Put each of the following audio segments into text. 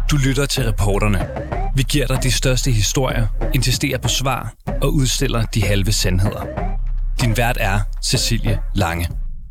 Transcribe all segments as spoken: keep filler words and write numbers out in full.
Du lytter til Reporterne. Vi giver dig de største historier, insisterer på svar og udstiller de halve sandheder. Din vært er Cecilie Lange.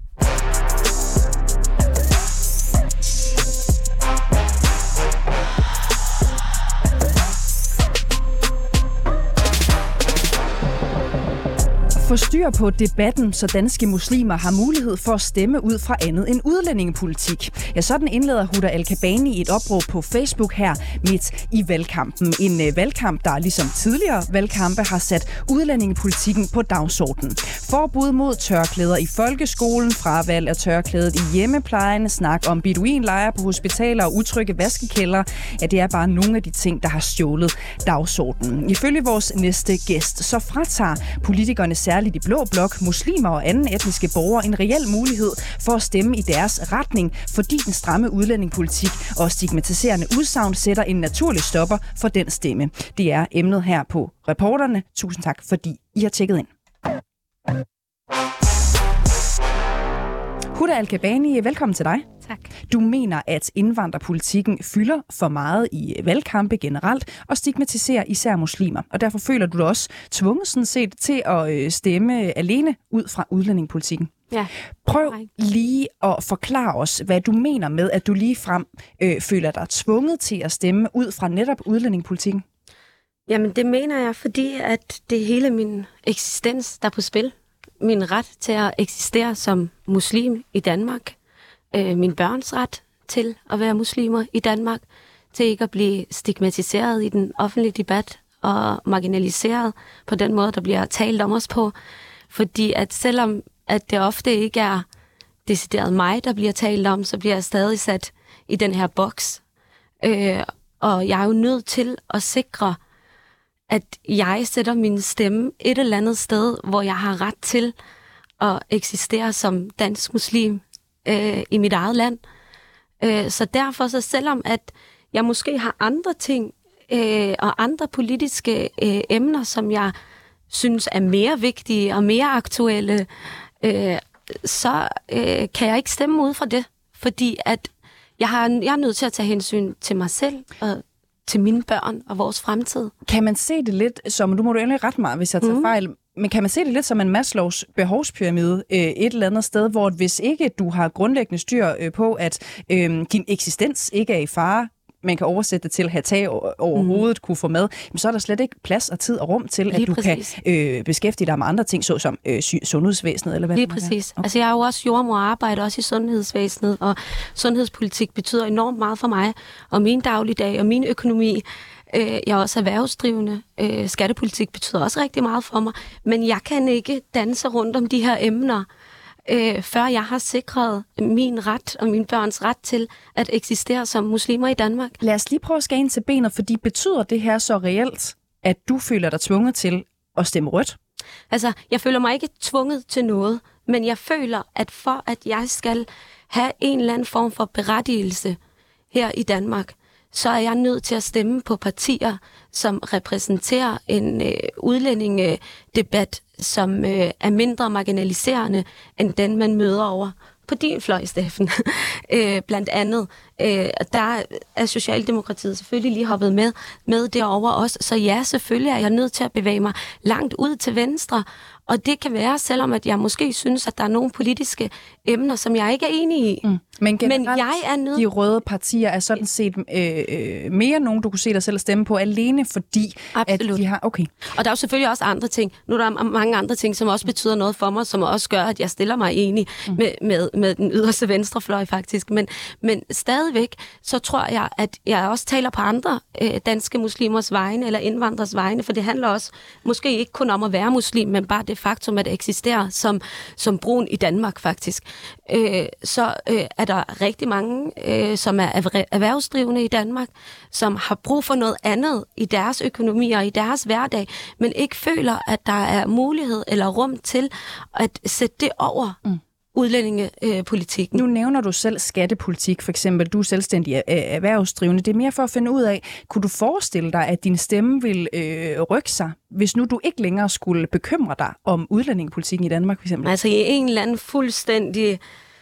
Få styr på debatten, så danske muslimer har mulighed for at stemme ud fra andet end udlændingepolitik. Ja, sådan indleder Huda Al-Kabani i et opråb på Facebook her midt i valgkampen. En øh, valgkamp, der ligesom tidligere valgkampe har sat udlændingepolitikken på dagsordenen. Forbud mod tørklæder i folkeskolen, fravalg af tørklædet i hjemmeplejen, snak om beduinlejre på hospitaler og utrygge vaskekælder. Ja, det er bare nogle af de ting, der har stjålet dagsordenen. Ifølge vores næste gæst, så fratager politikerne særligt i blå blok, muslimer og anden etniske borgere en reel mulighed for at stemme i deres retning, fordi den stramme udlændingepolitik og stigmatiserende udsagn sætter en naturlig stopper for den stemme. Det er emnet her på Reporterne. Tusind tak, fordi I har tjekket ind. Huda Al-Kabani, velkommen til dig. Tak. Du mener, at indvandrerpolitikken fylder for meget i valgkampe generelt og stigmatiserer især muslimer. Og derfor føler du dig også tvunget sådan set til at stemme alene ud fra udlændingepolitikken. Ja. Prøv lige at forklare os, hvad du mener med, at du ligefrem øh, føler dig tvunget til at stemme ud fra netop udlændingepolitikken. Jamen det mener jeg, fordi at det er hele min eksistens, der er på spil. Min ret til at eksistere som muslim i Danmark. Øh, min børns ret til at være muslimer i Danmark. Til ikke at blive stigmatiseret i den offentlige debat og marginaliseret på den måde, der bliver talt om os på. Fordi at selvom at det ofte ikke er decideret mig, der bliver talt om, så bliver jeg stadig sat i den her boks. Øh, og jeg er jo nødt til at sikre, at jeg sætter min stemme et eller andet sted, hvor jeg har ret til at eksistere som dansk muslim øh, i mit eget land. Øh, så derfor, så selvom at jeg måske har andre ting øh, og andre politiske øh, emner, som jeg synes er mere vigtige og mere aktuelle, øh, så øh, kan jeg ikke stemme ud fra det, fordi at jeg, har, jeg er nødt til at tage hensyn til mig selv og til mine børn og vores fremtid. Kan man se det lidt som, du må du endelig rette mig, hvis jeg tager mm. fejl, men kan man se det lidt som en Maslows behovspyramide øh, et eller andet sted, hvor hvis ikke du har grundlæggende styr øh, på, at øh, din eksistens ikke er i fare, man kan oversætte det til at have tag over mm. hovedet, kunne få med, så er der slet ikke plads og tid og rum til, Lige at du præcis. kan øh, beskæftige dig med andre ting, såsom øh, sundhedsvæsenet eller hvad Lige det er. præcis. Okay. Altså jeg er jo også jordmor og arbejder også i sundhedsvæsenet, og sundhedspolitik betyder enormt meget for mig, og min dagligdag og min økonomi. Jeg er også erhvervsdrivende. Skattepolitik betyder også rigtig meget for mig, men jeg kan ikke danse rundt om de her emner, øh, før jeg har sikret min ret og mine børns ret til at eksistere som muslimer i Danmark. Lad os lige prøve at skære ind til benet, fordi betyder det her så reelt, at du føler dig tvunget til at stemme rødt? Altså, jeg føler mig ikke tvunget til noget, men jeg føler, at for at jeg skal have en eller anden form for berettigelse her i Danmark, så er jeg nødt til at stemme på partier, som repræsenterer en øh, udlændingedebat, som øh, er mindre marginaliserende end den, man møder over på din fløj, Steffen. øh, blandt andet, øh, der er Socialdemokratiet selvfølgelig lige hoppet med, med derover også. Så ja, selvfølgelig er jeg nødt til at bevæge mig langt ud til venstre. Og det kan være, selvom at jeg måske synes, at der er nogle politiske emner, som jeg ikke er enig i. Mm. Men generelt, Men jeg er nødt... de røde partier er sådan set øh, øh, mere nogen, du kunne se dig selv stemme på, alene fordi, Absolut. at de har... Okay. Og der er jo selvfølgelig også andre ting. Nu er der mange andre ting, som også betyder noget for mig, som også gør, at jeg stiller mig enig mm. med, med, med den yderste venstrefløj faktisk. Men, men stadigvæk, så tror jeg, at jeg også taler på andre øh, danske muslimers vegne, eller indvandrers vegne, for det handler også måske ikke kun om at være muslim, men bare det faktum, at det eksisterer som, som brun i Danmark faktisk. Øh, så øh, er der rigtig mange, øh, som er erhvervsdrivende i Danmark, som har brug for noget andet i deres økonomi og i deres hverdag, men ikke føler, at der er mulighed eller rum til at sætte det over mm. udlændingepolitikken. Nu nævner du selv skattepolitik, for eksempel. Du er selvstændig erhvervsdrivende. Det er mere for at finde ud af, kunne du forestille dig, at din stemme vil øh, rykke sig, hvis nu du ikke længere skulle bekymre dig om udlændingepolitikken i Danmark, for eksempel? Altså i en eller anden fuldstændig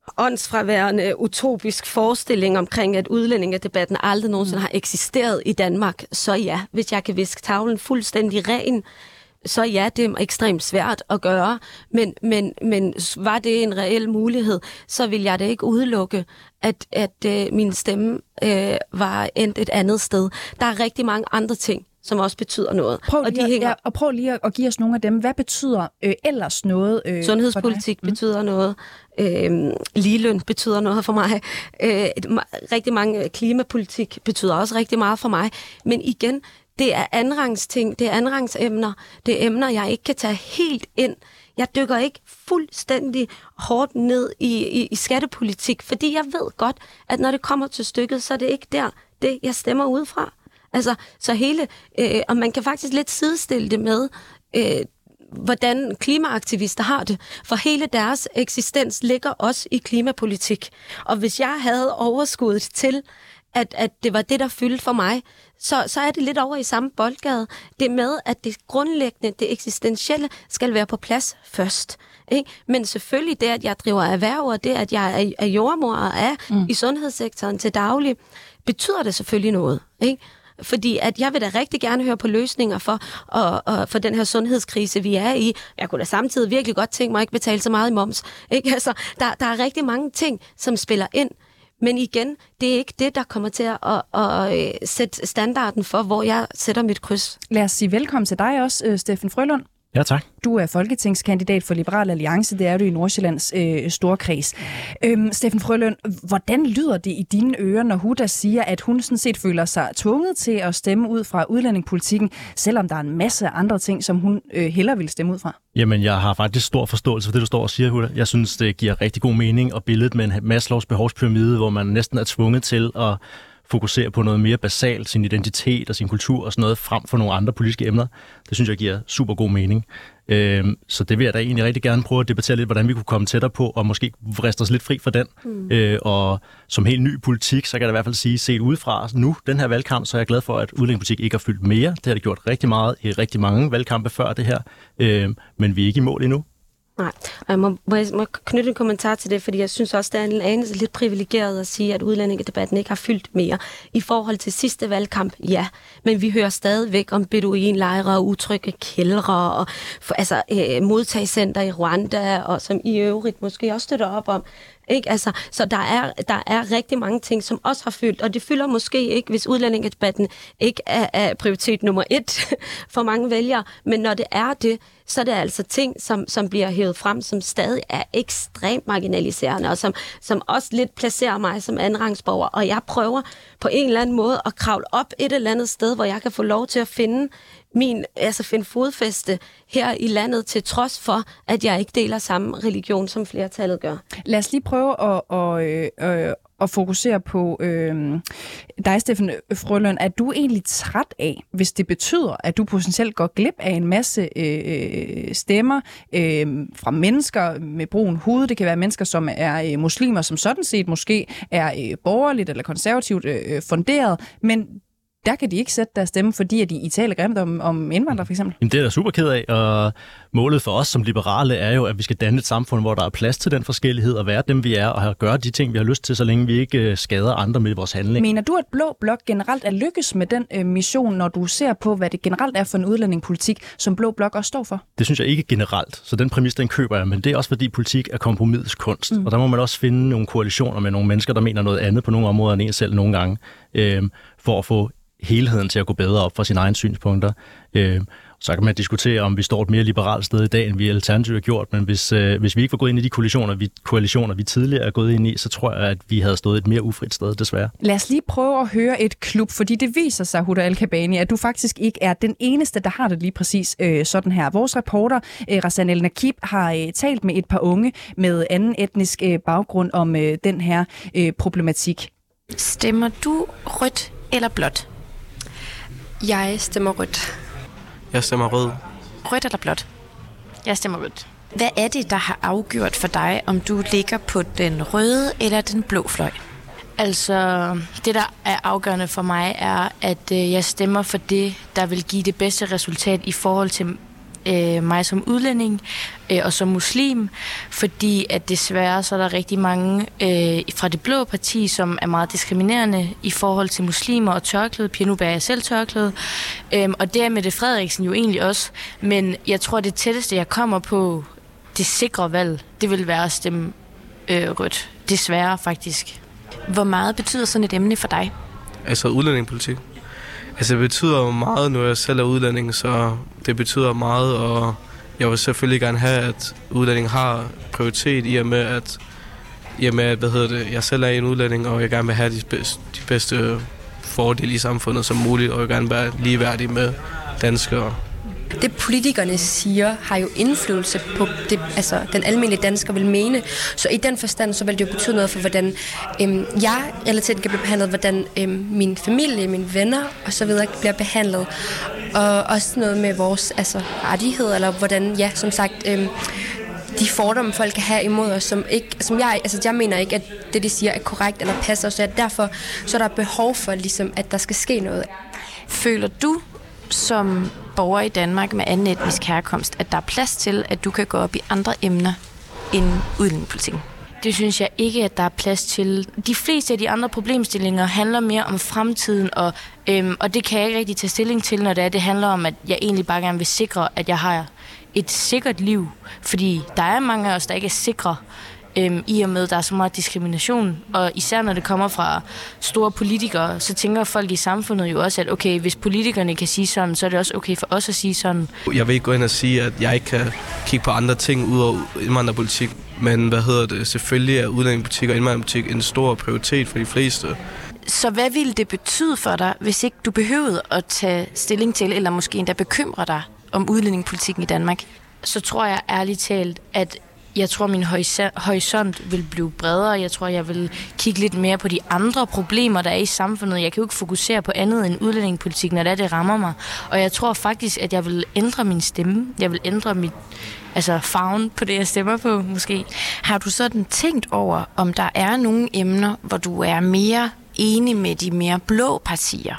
åndsfraværende utopisk forestilling omkring, at udlændingedebatten aldrig nogensinde har eksisteret i Danmark, så ja, hvis jeg kan viske tavlen fuldstændig ren, så ja, det er ekstremt svært at gøre, men, men, men var det en reel mulighed, så vil jeg da ikke udelukke, at, at øh, min stemme øh, var endt et andet sted. Der er rigtig mange andre ting, som også betyder noget. Prøv lige, og, de hænger... ja, og prøv lige at, at give os nogle af dem. Hvad betyder øh, ellers noget? Øh, Sundhedspolitik betyder mm. noget. Øh, ligeløn betyder noget for mig. Øh, rigtig mange klimapolitik betyder også rigtig meget for mig. Men igen, det er andenrangsting, det er andenrangsemner, det er emner, jeg ikke kan tage helt ind. Jeg dykker ikke fuldstændig hårdt ned i, i, i skattepolitik, fordi jeg ved godt, at når det kommer til stykket, så er det ikke der, det jeg stemmer ud fra. Altså, så hele, øh, og man kan faktisk lidt sidestille det med, øh, hvordan klimaaktivister har det, for hele deres eksistens ligger også i klimapolitik. Og hvis jeg havde overskuddet til, at, at det var det, der fyldte for mig, så, så er det lidt over i samme boldgade. Det med, at det grundlæggende, det eksistentielle, skal være på plads først. Ikke? Men selvfølgelig det, at jeg driver erhverv, og det, at jeg er, er jordmor og er mm. i sundhedssektoren til daglig, betyder det selvfølgelig noget. Ikke? Fordi at jeg vil da rigtig gerne høre på løsninger for, og, og for den her sundhedskrise, vi er i. Jeg kunne da samtidig virkelig godt tænke mig at ikke betale så meget i moms. Ikke? Altså, der, der er rigtig mange ting, som spiller ind. Men igen, det er ikke det, der kommer til at, at, at, at sætte standarden for, hvor jeg sætter mit kryds. Lad os sige velkommen til dig også, Steffen Frølund. Ja, tak. Du er folketingskandidat for Liberal Alliance, det er du i Nordsjællands øh, storkreds. Øhm, Steffen Frølund, hvordan lyder det i dine ører, når Huda siger, at hun sådan set føler sig tvunget til at stemme ud fra udlændingepolitikken, selvom der er en masse andre ting, som hun øh, hellere vil stemme ud fra? Jamen, jeg har faktisk stor forståelse for det, du står og siger, Huda. Jeg synes, det giver rigtig god mening, og billedet med en Maslows behovspyramide, hvor man næsten er tvunget til at fokusere på noget mere basalt, sin identitet og sin kultur og sådan noget, frem for nogle andre politiske emner. Det synes jeg giver super god mening. Øhm, så det vil jeg da egentlig rigtig gerne prøve at debattere lidt, hvordan vi kunne komme tættere på, og måske vriste os lidt fri fra den. Mm. Øh, og som helt ny politik, så kan jeg da i hvert fald sige, set udefra nu, den her valgkamp, så er jeg glad for, at udlændingepolitik ikke har fyldt mere. Det har det gjort rigtig meget i rigtig mange valgkampe før det her. Øhm, men vi er ikke i mål endnu. Nej, og jeg må, må, jeg, må knytte en kommentar til det, fordi jeg synes også, det er en anelse lidt privilegeret at sige, at udlændingedebatten ikke har fyldt mere. I forhold til sidste valgkamp, ja, men vi hører stadigvæk om beduinlejre og utrygge kældre og for, altså, øh, modtagscenter i Rwanda, og som i øvrigt måske også støtter op om. Ikke? Altså, så der er, der er rigtig mange ting, som også har fyldt, og det fylder måske ikke, hvis udlændingedebatten ikke er, er prioritet nummer et for mange vælgere, men når det er det, så er det altså ting, som, som bliver hævet frem, som stadig er ekstremt marginaliserende, og som, som også lidt placerer mig som andenrangsborger, og jeg prøver på en eller anden måde at kravle op et eller andet sted, hvor jeg kan få lov til at finde min, altså finde fodfæste her i landet, til trods for, at jeg ikke deler samme religion, som flertallet gør. Lad os lige prøve at, at, at, at fokusere på øh, dig, Steffen Frølund. Er du egentlig træt af, hvis det betyder, at du potentielt går glip af en masse øh, stemmer øh, fra mennesker med brun hud? Det kan være mennesker, som er øh, muslimer, som sådan set måske er øh, borgerligt eller konservativt øh, funderet, men der kan de ikke sætte deres stemme, fordi at de i taler grimt om, om indvandrere, for eksempel. Jamen, det er jeg super ked af, og målet for os som liberale er jo, at vi skal danne et samfund, hvor der er plads til den forskellighed, og være dem, vi er, og gøre de ting, vi har lyst til, så længe vi ikke skader andre med vores handling. Mener du, at Blå Blok generelt er lykkes med den øh, mission, når du ser på, hvad det generelt er for en udlændingepolitik, som Blå Blok også står for? Det synes jeg ikke generelt, så den præmis, den køber jeg, men det er også fordi politik er kompromisets kunst, mm. og der må man også finde nogle koalitioner med nogle mennesker, der mener noget andet på nogle områder end en selv nogle gange, øh, for at få helheden til at gå bedre op for sine egne synspunkter. Øh, så kan man diskutere, om vi står et mere liberalt sted i dag, end vi alternativt har gjort, men hvis, øh, hvis vi ikke var gået ind i de koalitioner vi, koalitioner, vi tidligere er gået ind i, så tror jeg, at vi havde stået et mere ufrit sted, desværre. Lad os lige prøve at høre et klub, fordi det viser sig, Huda Al-Kabani, at du faktisk ikke er den eneste, der har det lige præcis øh, sådan her. Vores reporter, øh, Razan El-Nakib, har øh, talt med et par unge med anden etnisk øh, baggrund om øh, den her øh, problematik. Stemmer du rødt eller blåt? Jeg stemmer rødt. Jeg stemmer rød. Rødt eller blåt? Jeg stemmer rødt. Hvad er det, der har afgjort for dig, om du ligger på den røde eller den blå fløj? Altså, det der er afgørende for mig, er, at jeg stemmer for det, der vil give det bedste resultat i forhold til øh, mig som udlænding øh, og som muslim, fordi at desværre så er der rigtig mange øh, fra det blå parti, som er meget diskriminerende i forhold til muslimer og tørklæde. Pia, nu bærer jeg selv tørklæde, øh, og det er Mette Frederiksen jo egentlig også, men jeg tror, det tætteste, jeg kommer på det sikre valg, det vil være at stemme øh, rødt. Desværre faktisk. Hvor meget betyder sådan et emne for dig? Altså udlændingepolitik. Altså det betyder meget, når jeg selv er udlænding, så det betyder meget, og jeg vil selvfølgelig gerne have, at udlænding har prioritet i og med, at, i og med, at hvad hedder det, jeg selv er en udlænding, og jeg gerne vil have de bedste, de bedste fordele i samfundet som muligt, og jeg gerne vil være ligeværdig med danskere. Det politikerne siger, har jo indflydelse på det, altså den almindelige dansker vil mene. Så i den forstand, så vil det jo betyde noget for, hvordan øhm, jeg relativt kan blive behandlet, hvordan øhm, min familie, mine venner og så videre bliver behandlet. Og også noget med vores altså, rettigheder, eller hvordan, ja, som sagt, øhm, de fordomme, folk kan have imod os, som, ikke, som jeg, altså jeg mener ikke, at det, de siger, er korrekt eller passer. Så derfor så er der behov for, ligesom, at der skal ske noget. Føler du som borger i Danmark med anden etnisk herkomst, at der er plads til, at du kan gå op i andre emner end udlændingepolitikken? Det synes jeg ikke, at der er plads til. De fleste af de andre problemstillinger handler mere om fremtiden, og, øhm, og det kan jeg ikke rigtig tage stilling til, når det er. Det handler om, at jeg egentlig bare gerne vil sikre, at jeg har et sikkert liv. Fordi der er mange af os, der ikke er sikre, øhm, i og med, at der er så meget diskrimination. Og især når det kommer fra store politikere, så tænker folk i samfundet jo også, at okay, hvis politikerne kan sige sådan, så er det også okay for os at sige sådan. Jeg vil ikke gå ind og sige, at jeg ikke kan kigge på andre ting ud over indvandrerpolitik. Men hvad hedder det? Selvfølgelig er udlændingepolitik og indvandrerpolitik en stor prioritet for de fleste. Så hvad ville det betyde for dig, hvis ikke du behøvede at tage stilling til, eller måske endda bekymre dig om udlændingepolitikken i Danmark? Så tror jeg ærligt talt, at jeg tror, min horisont vil blive bredere. Jeg tror, jeg vil kigge lidt mere på de andre problemer, der er i samfundet. Jeg kan jo ikke fokusere på andet end udlændingepolitik, når det, er, det rammer mig. Og jeg tror faktisk, at jeg vil ændre min stemme. Jeg vil ændre mit, altså farven på det, jeg stemmer på, måske. Har du sådan tænkt over, om der er nogle emner, hvor du er mere enig med de mere blå partier?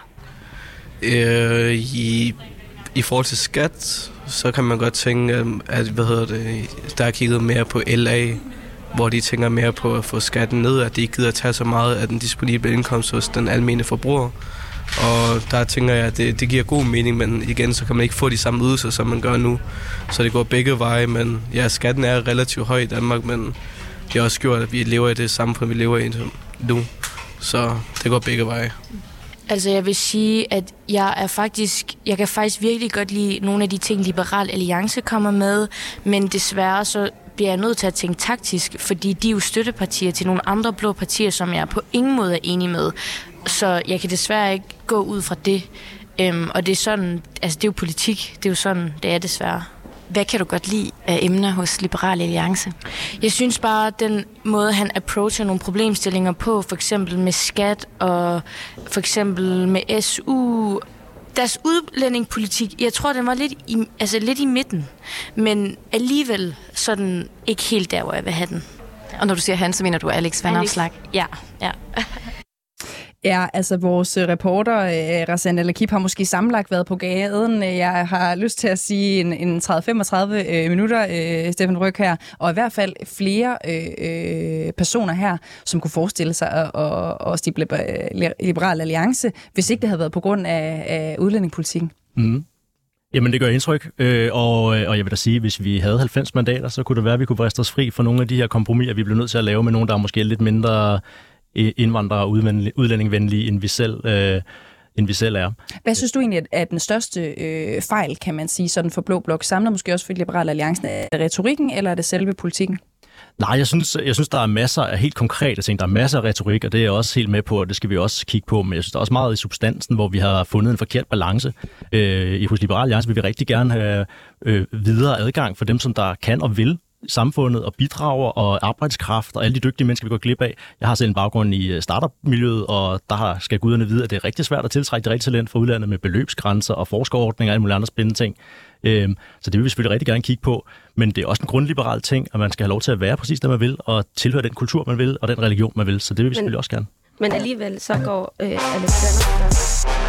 Øh, i, I forhold til skat, så kan man godt tænke, at hvad hedder det, der er kigget mere på L A, hvor de tænker mere på at få skatten ned, at de ikke gider at tage så meget af den disponible indkomst hos den almene forbruger. Og der tænker jeg, at det, det giver god mening, men igen, så kan man ikke få de samme ydelser, som man gør nu. Så det går begge veje, men ja, skatten er relativt høj i Danmark, men det har også gjort, at vi lever i det samfund, vi lever i nu. Så det går begge veje. Altså jeg vil sige, at jeg er faktisk, jeg kan faktisk virkelig godt lide nogle af de ting, Liberal Alliance kommer med, men desværre så bliver jeg nødt til at tænke taktisk, fordi de er jo støttepartier til nogle andre blå partier, som jeg på ingen måde er enig med. Så jeg kan desværre ikke gå ud fra det. Øhm, og det er sådan, altså det er jo politik, det er jo sådan, det er desværre. Hvad kan du godt lide af emner hos Liberal Alliance? Jeg synes bare, at den måde, han approacher nogle problemstillinger på, for eksempel med skat og for eksempel med S U, deres udlændingepolitik, jeg tror, den var lidt i, altså lidt i midten, men alligevel sådan ikke helt der, hvor jeg vil have den. Og når du siger han, så mener du Alex Vanopslagh? Ja, ja. Ja, altså vores reporter, Razan Al-Akib, har måske sammenlagt været på gaden. Jeg har lyst til at sige en, en tredive til femogtredive minutter, Stefan Ryg her, og i hvert fald flere øh, personer her, som kunne forestille sig at, at, at stifte Liberal Alliance, hvis ikke det havde været på grund af, af udlændingepolitikken. Mm. Jamen, det gør indtryk, øh, og, og jeg vil da sige, at hvis vi havde halvfems mandater, så kunne det være, at vi kunne vriste os fri for nogle af de her kompromiser, vi blev nødt til at lave med nogen, der er måske lidt mindre indvandrere og udlændingevenlige, end vi selv, øh, end vi selv er. Hvad synes du egentlig er den største øh, fejl, kan man sige, sådan for Blå Blok? Samler måske også for Liberal Alliancen. Er det retorikken, eller er det selve politikken? Nej, jeg synes, jeg synes, der er masser af helt konkrete ting. Der er masser af retorik, og det er jeg også helt med på, og det skal vi også kigge på. Men jeg synes, der er også meget i substansen, hvor vi har fundet en forkert balance. Øh, hos Liberal Alliance vil vi rigtig gerne have øh, videre adgang for dem, som der kan og vil samfundet og bidrager og arbejdskraft og alle de dygtige mennesker, vi går glip af. Jeg har selv en baggrund i startup-miljøet, og der skal guderne vide, at det er rigtig svært at tiltrække det rigtige talent fra udlandet med beløbsgrænser og forskerordninger og alle mulige andre spændende ting. Så det vil vi selvfølgelig rigtig gerne kigge på, men det er også en grundliberal ting, at man skal have lov til at være præcis det, man vil, og tilhøre den kultur, man vil, og den religion, man vil. Så det vil vi selvfølgelig men, også gerne. Men alligevel så går øh, Alex Vanopslagh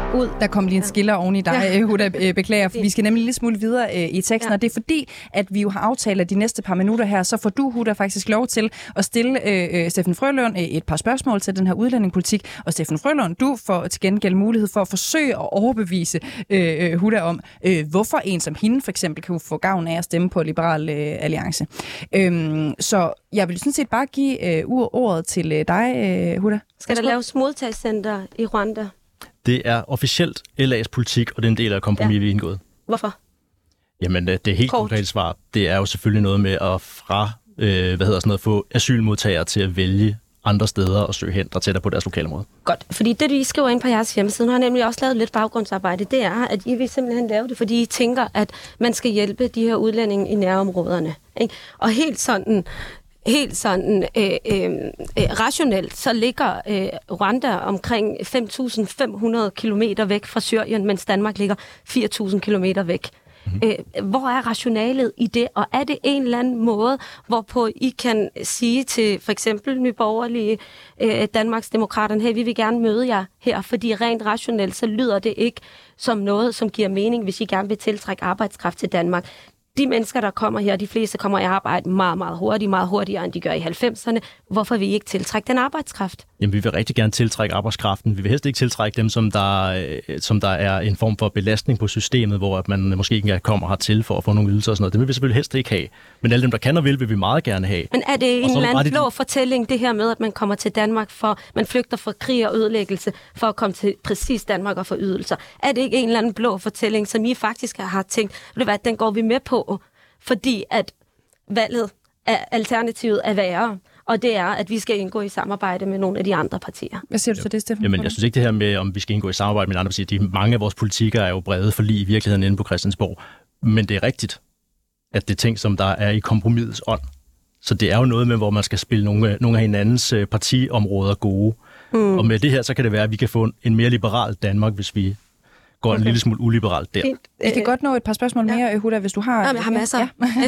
ud. Der kom lige en skiller oven i dig, ja. Huda, beklager. Vi skal nemlig lidt smule videre øh, i teksten, ja. Og det er fordi, at vi jo har aftalt, at de næste par minutter her, så får du, Huda, faktisk lov til at stille øh, Steffen Frølund øh, et par spørgsmål til den her udlændingepolitik. Og Steffen Frølund, du får til gengæld mulighed for at forsøge at overbevise øh, Huda om, øh, hvorfor en som hende for eksempel kan få gavn af at stemme på Liberal øh, Alliance. Øhm, så jeg vil sådan set bare give øh, ordet til øh, dig, øh, Huda. Skal der laves modtagscenter i Rwanda? Det er officielt L A's politik, og det er en del af kompromis, ja. Vi er indgået. Hvorfor? Jamen, det er helt konkret svar. Det er jo selvfølgelig noget med at fra, øh, hvad hedder sådan noget, få asylmodtagere til at vælge andre steder og søge hen, der tættere på deres lokalområde. Godt, fordi det, I skriver ind på jeres hjemmeside, nu har nemlig også lavet lidt baggrundsarbejde, det er, at I vil simpelthen lave det, fordi I tænker, at man skal hjælpe de her udlændinge i nærområderne. Ikke? Og helt sådan... Helt sådan øh, øh, rationelt, så ligger øh, Rwanda omkring fem tusind fem hundrede kilometer væk fra Syrien, mens Danmark ligger fire tusind kilometer væk. Mm-hmm. Øh, hvor er rationalet i det, og er det en eller anden måde, hvorpå I kan sige til for eksempel Nye Borgerlige, øh, Danmarksdemokraterne, hey, vi vil gerne møde jer her, fordi rent rationelt, så lyder det ikke som noget, som giver mening, hvis I gerne vil tiltrække arbejdskraft til Danmark. De mennesker, der kommer her, de fleste kommer i arbejde meget, meget hurtigt, meget hurtigere, end de gør i halvfemserne. Hvorfor vil I ikke tiltrække den arbejdskraft? Jamen, vi vil rigtig gerne tiltrække arbejdskraften. Vi vil helst ikke tiltrække dem, som der, som der er en form for belastning på systemet, hvor man måske ikke kommer hertil for at få nogle ydelser og sådan noget. Det vil vi selvfølgelig helst ikke have. Men alle dem, der kan og vil, vil vi meget gerne have. Men er det en eller anden blå fortælling, det her med, at man kommer til Danmark, for man flygter fra krig og ødelæggelse, for at komme til præcis Danmark og få ydelser? Er det ikke en eller anden blå fortælling, som I faktisk har tænkt, ved du hvad, den går vi med på? Fordi at valget af alternativet er værre, og det er, at vi skal indgå i samarbejde med nogle af de andre partier. Hvad siger du til det, Steffen? Jamen, jeg synes ikke det her med, om vi skal indgå i samarbejde med andre partier. De, mange af vores politikere er jo brede forlig i virkeligheden inde på Christiansborg. Men det er rigtigt, at det er ting, som der er i kompromisets ånd. Så det er jo noget med, hvor man skal spille nogle, nogle af hinandens partiområder gode. Mm. Og med det her, så kan det være, at vi kan få en mere liberal Danmark, hvis vi går okay. en lille smule uliberalt der. Fint. Vi kan godt nå et par spørgsmål mere, ja. Huda, hvis du har... Jamen, jeg har masser.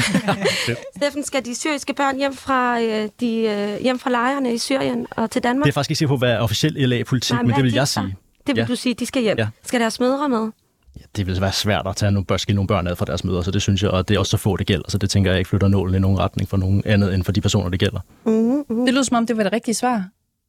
Ja. Steffen, skal de syriske børn hjem fra, de, hjem fra lejrene i Syrien og til Danmark? Det er faktisk ikke sikker på, hvad er officiel L A-politik, men det vil jeg sige. Det vil ja. du sige, de skal hjem. Ja. Skal deres mødre med? Ja, det vil være svært at tage nogle, skille nogle børn ad fra deres mødre, så det synes jeg, og det er også så få, det gælder. Så det tænker jeg ikke flytter nålen i nogen retning for nogen andet end for de personer, det gælder. Mm-hmm. Det lyder som om, det var det rigtige svar.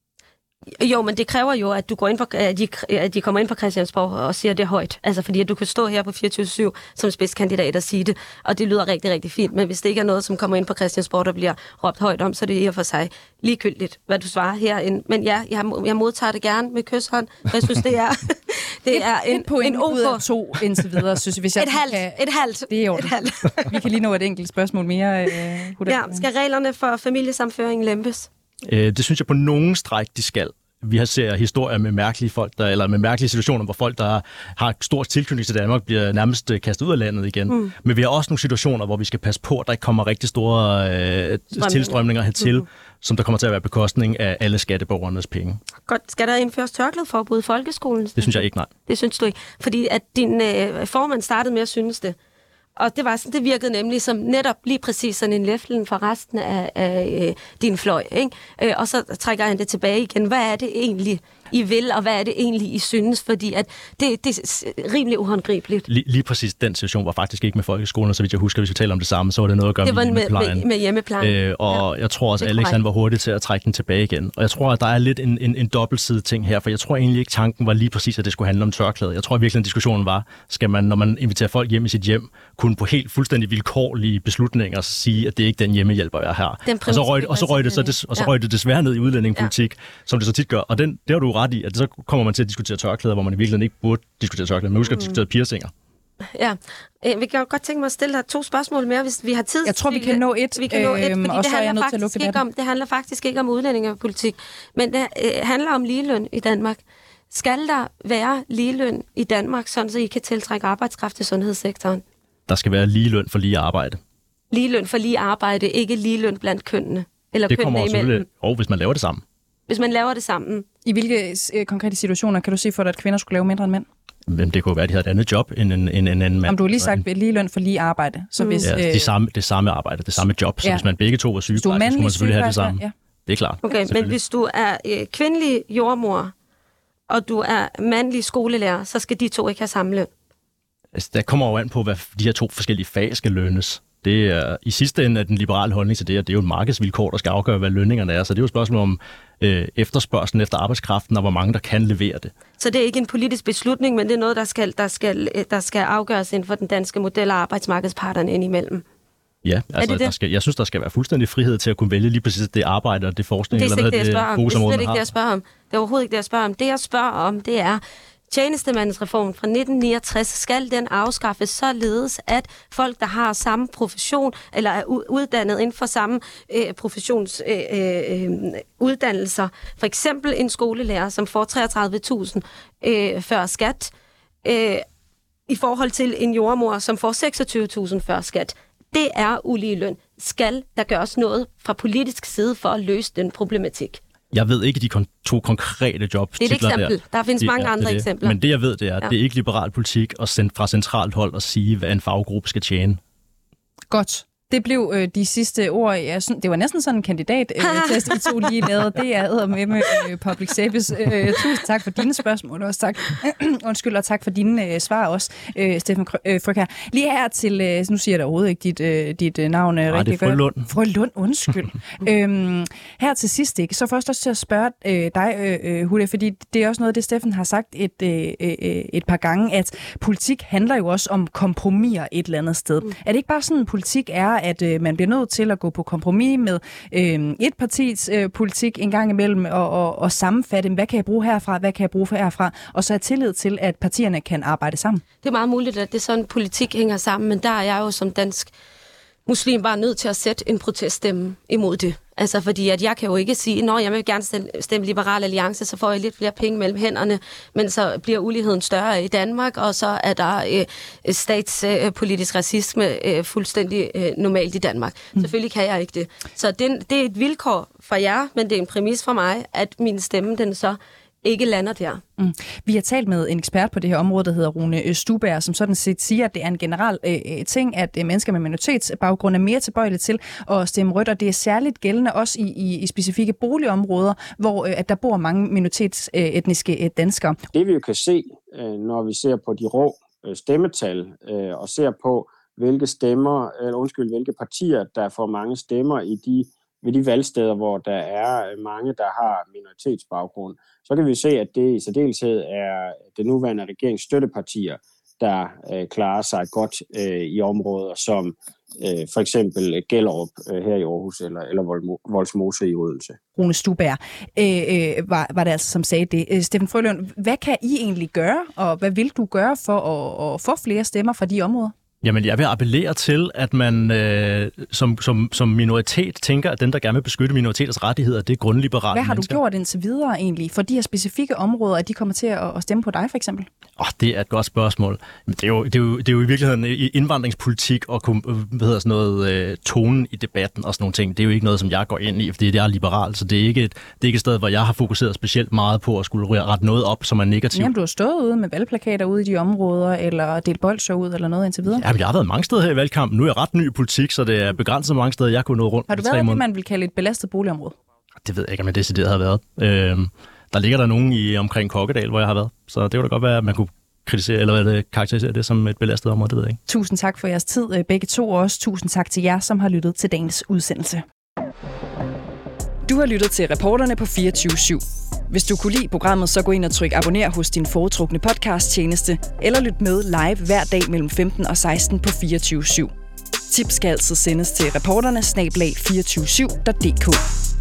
Jo, men det kræver jo, at du går ind for, at de, at de kommer ind på Christiansborg og siger det højt. Altså, fordi at du kan stå her på fireogtyve syv som spidskandidat og sige det, og det lyder rigtig, rigtig fint. Men hvis det ikke er noget, som kommer ind på Christiansborg, der bliver råbt højt om, så er det i og for sig ligegyldigt, hvad du svarer herinde. Men ja, jeg, jeg modtager det gerne med kyshånd. Jeg synes, det er, det er en, på en, en ud af to indtil videre, synes jeg. Hvis jeg et halvt, kan, et halvt. Det er jo et halvt. Vi kan lige nå et enkelt spørgsmål mere. Uh, ja, skal reglerne for familiesamføring lempes? Øh, det synes jeg på nogen stræk, de skal. Vi har ser historier med mærkelige folk, der, eller med mærkelige situationer, hvor folk, der har stor tilknytning til Danmark, bliver nærmest kastet ud af landet igen. Mm. Men vi har også nogle situationer, hvor vi skal passe på, at der ikke kommer rigtig store øh, tilstrømninger hertil, mm. som der kommer til at være bekostning af alle skatteborgernes penge. Godt. Skal der indføres tørklædeforbud i folkeskolen? Det synes jeg ikke, nej. Det synes du ikke? Fordi at din øh, formand startede med at synes det. Og det var sådan, det virkede nemlig som netop lige præcis sådan en læflen for resten af, af øh, din fløj, ikke? Øh, og så trækker han det tilbage igen. Hvad er det egentlig, I vil, og hvad er det egentlig, I synes? Fordi at det, det er rimelig uhåndgribeligt. Lige, lige præcis den situation var faktisk ikke med folkeskolen, så vidt jeg husker, hvis vi taler om det samme, så var det noget at gøre det med hjemmeplejen. Det var med, med hjemmeplejen. Øh, og ja, jeg tror også, at Alex han var hurtig til at trække den tilbage igen. Og jeg tror, at der er lidt en, en, en dobbeltsidig ting her, for jeg tror egentlig ikke, tanken var lige præcis, at det skulle handle om tørklæde. Jeg tror virkelig, at diskussionen var, skal man, når man inviterer folk hjem i sit hjem, kunne på helt fuldstændig vilkårlige beslutninger sige, at det ikke er den hjemmehjælper, jeg har. Og så røg, og så røg det, så det, og så røg det desværre ned i udlændingepolitik, ja. som det så tit gør. Og den, det har du ret i, at så kommer man til at diskutere tørklæder, hvor man i virkeligheden ikke burde diskutere tørklæder, men husk at diskutere piercinger. Ja, vi kan jo godt tænke mig at stille dig to spørgsmål mere, hvis vi har tid. Jeg tror, vi kan nå et, vi kan nå et øhm, fordi og det så er jeg handler, nødt til at lukke ikke om, det handler faktisk ikke om udlændingepolitik, men det øh, handler om ligeløn i Danmark. Skal der være ligeløn i Danmark, sådan så I kan tiltrække arbejdskraft til sundhedssektoren? Der skal være ligeløn for lige arbejde. Ligeløn for lige arbejde, ikke ligeløn blandt kønnene? Eller det kommer kønnene selvfølgelig, og hvis man laver det sammen. Hvis man laver det sammen. I hvilke øh, konkrete situationer kan du se for dig, at kvinder skulle lave mindre end mænd? Men det kunne være, at de havde et andet job end en, en, en anden mand. Jamen, du har lige sagt en... lige løn for lige arbejde. Så hvis, ja, øh... det, samme, det samme arbejde, det samme job. Så ja. hvis man begge to er sygeplejersker, så skulle man selvfølgelig have det samme. Ja. Det er klart. Okay, men hvis du er øh, kvindelig jordmor, og du er mandlig skolelærer, så skal de to ikke have samme løn. Altså, der kommer jo an på, hvad de her to forskellige fag skal lønnes. Det er, i sidste ende er den liberale holdning til det, at det er jo et markedsvilkår, der skal afgøre, hvad lønningerne er. Så det er jo et spørgsmål om øh, efterspørgselen efter arbejdskraften, og hvor mange, der kan levere det. Så det er ikke en politisk beslutning, men det er noget, der skal, der skal, der skal afgøres inden for den danske model og arbejdsmarkedsparterne indimellem. Ja, altså, der skal, jeg synes, der skal være fuldstændig frihed til at kunne vælge lige præcis det arbejde og det forskning. Det er eller ikke det, jeg spørger om. Det er slet ikke det, jeg spørger om. Det er overhovedet ikke det, jeg spørger om. Det, jeg spørger om, det er, tjenestemandsreformen fra nitten niogtres, skal den afskaffes således, at folk, der har samme profession, eller er uddannet inden for samme øh, professionsuddannelser, øh, øh, for eksempel en skolelærer, som får treogtredive tusind øh, før skat, øh, i forhold til en jordemor, som får seksogtyve tusind før skat. Det er ulige løn. Skal der gøres noget fra politisk side for at løse den problematik? Jeg ved ikke de kon- to konkrete jobs. Det er et eksempel. Der, der findes det, mange ja, andre det, eksempler. Men det, jeg ved, det er, at ja. det er ikke liberal politik at sende fra centralt hold og sige, hvad en faggruppe skal tjene. Godt. Det blev øh, de sidste ord. Jeg synes, det var næsten sådan en kandidat-test, øh, I to lige lavede. Det er eddermame øh, public service. Øh, tusind tak for dine spørgsmål også. Tak. Undskyld, og tak for dine øh, svar også, øh, Steffen øh, Frøkjær. Lige her til, øh, nu siger jeg da overhovedet ikke dit, øh, dit øh, navn øh, Nej, rigtig det er Frølund. Frølund, undskyld. øhm, her til sidst, ikke? Så først også til at spørge øh, dig, øh, Huda, fordi det er også noget af det, Steffen har sagt et, øh, øh, et par gange, at politik handler jo også om kompromiser et eller andet sted. Mm. Er det ikke bare sådan, en politik er, at øh, man bliver nødt til at gå på kompromis med øh, et partis øh, politik en gang imellem, og, og, og sammenfatte, hvad kan jeg bruge herfra, hvad kan jeg bruge herfra, og så have tillid til, at partierne kan arbejde sammen? Det er meget muligt, at det er sådan, politik hænger sammen, men der er jeg jo som dansk muslim bare nødt til at sætte en proteststemme imod det. Altså fordi, at jeg kan jo ikke sige, når jeg vil gerne stemme Liberal Alliance, så får jeg lidt flere penge mellem hænderne, men så bliver uligheden større i Danmark, og så er der øh, statspolitisk øh, racisme øh, fuldstændig øh, normalt i Danmark. Mm. Selvfølgelig kan jeg ikke det. Så det, det er et vilkår for jer, men det er en præmis for mig, at min stemme, den så ikke lander der. Mm. Vi har talt med en ekspert på det her område, der hedder Rune Stuberg, som sådan set siger, at det er en generel øh, ting, at øh, mennesker med minoritetsbaggrund er mere tilbøjelige til at stemme rødt, og det er særligt gældende også i, i, i specifikke boligområder, hvor øh, at der bor mange minoritetsetniske øh, danskere. Det vi jo kan se, øh, når vi ser på de rå øh, stemmetal, øh, og ser på, hvilke stemmer, eller undskyld, hvilke partier, der får mange stemmer i de ved de valgsteder, hvor der er mange, der har minoritetsbaggrund, så kan vi se, at det i særdeleshed er det nuværende regerings støttepartier, der øh, klarer sig godt øh, i områder som øh, for eksempel Gellerup øh, her i Aarhus eller, eller Vollsmose i Odense. Rune Stuberg øh, øh, var, var det altså, som sagde det. Øh, Steffen Frølund, hvad kan I egentlig gøre, og hvad vil du gøre for at, at få flere stemmer fra de områder? Jamen, jeg vil appellere til, at man øh, som, som, som minoritet tænker, at dem, der gerne vil beskytte minoriteters rettigheder, det er grundliberale Hvad har mennesker. du gjort indtil videre egentlig for de her specifikke områder, at de kommer til at, at stemme på dig, for eksempel? Oh, det er et godt spørgsmål. Det er jo, det er jo, det er jo i virkeligheden indvandringspolitik og hvad hedder sådan noget, øh, tonen i debatten og sådan nogle ting. Det er jo ikke noget, som jeg går ind i, fordi det er liberalt, så det er ikke et, det er ikke et sted, hvor jeg har fokuseret specielt meget på at skulle rette noget op, som er negativt. Jamen, du har stået ude med valgplakater ude i de områder, eller delt bolsjer ud, eller noget indtil videre? Jamen, jeg har været mange steder her i valgkampen. Nu er jeg ret ny i politik, så det er begrænset mange steder, jeg kunne nå rundt. Har du været det, man vil kalde et belastet boligområde? Det ved jeg ikke, om jeg decideret har været. Øh, der ligger der nogen i omkring Kokkedal, hvor jeg har været. Så det kunne da godt være, at man kunne kritisere eller karakterisere det som et belastet område, det ved jeg ikke. Tusind tak for jeres tid, begge to, og også tusind tak til jer, som har lyttet til dagens udsendelse. Du har lyttet til Reporterne på fireogtyve syv. Hvis du kunne lide programmet, så gå ind og tryk abonner hos din foretrukne podcasttjeneste, eller lyt med live hver dag mellem femten og seksten på fireogtyve syv. Tips skal altid sendes til reporterne snabel-a to fire syv punktum d k.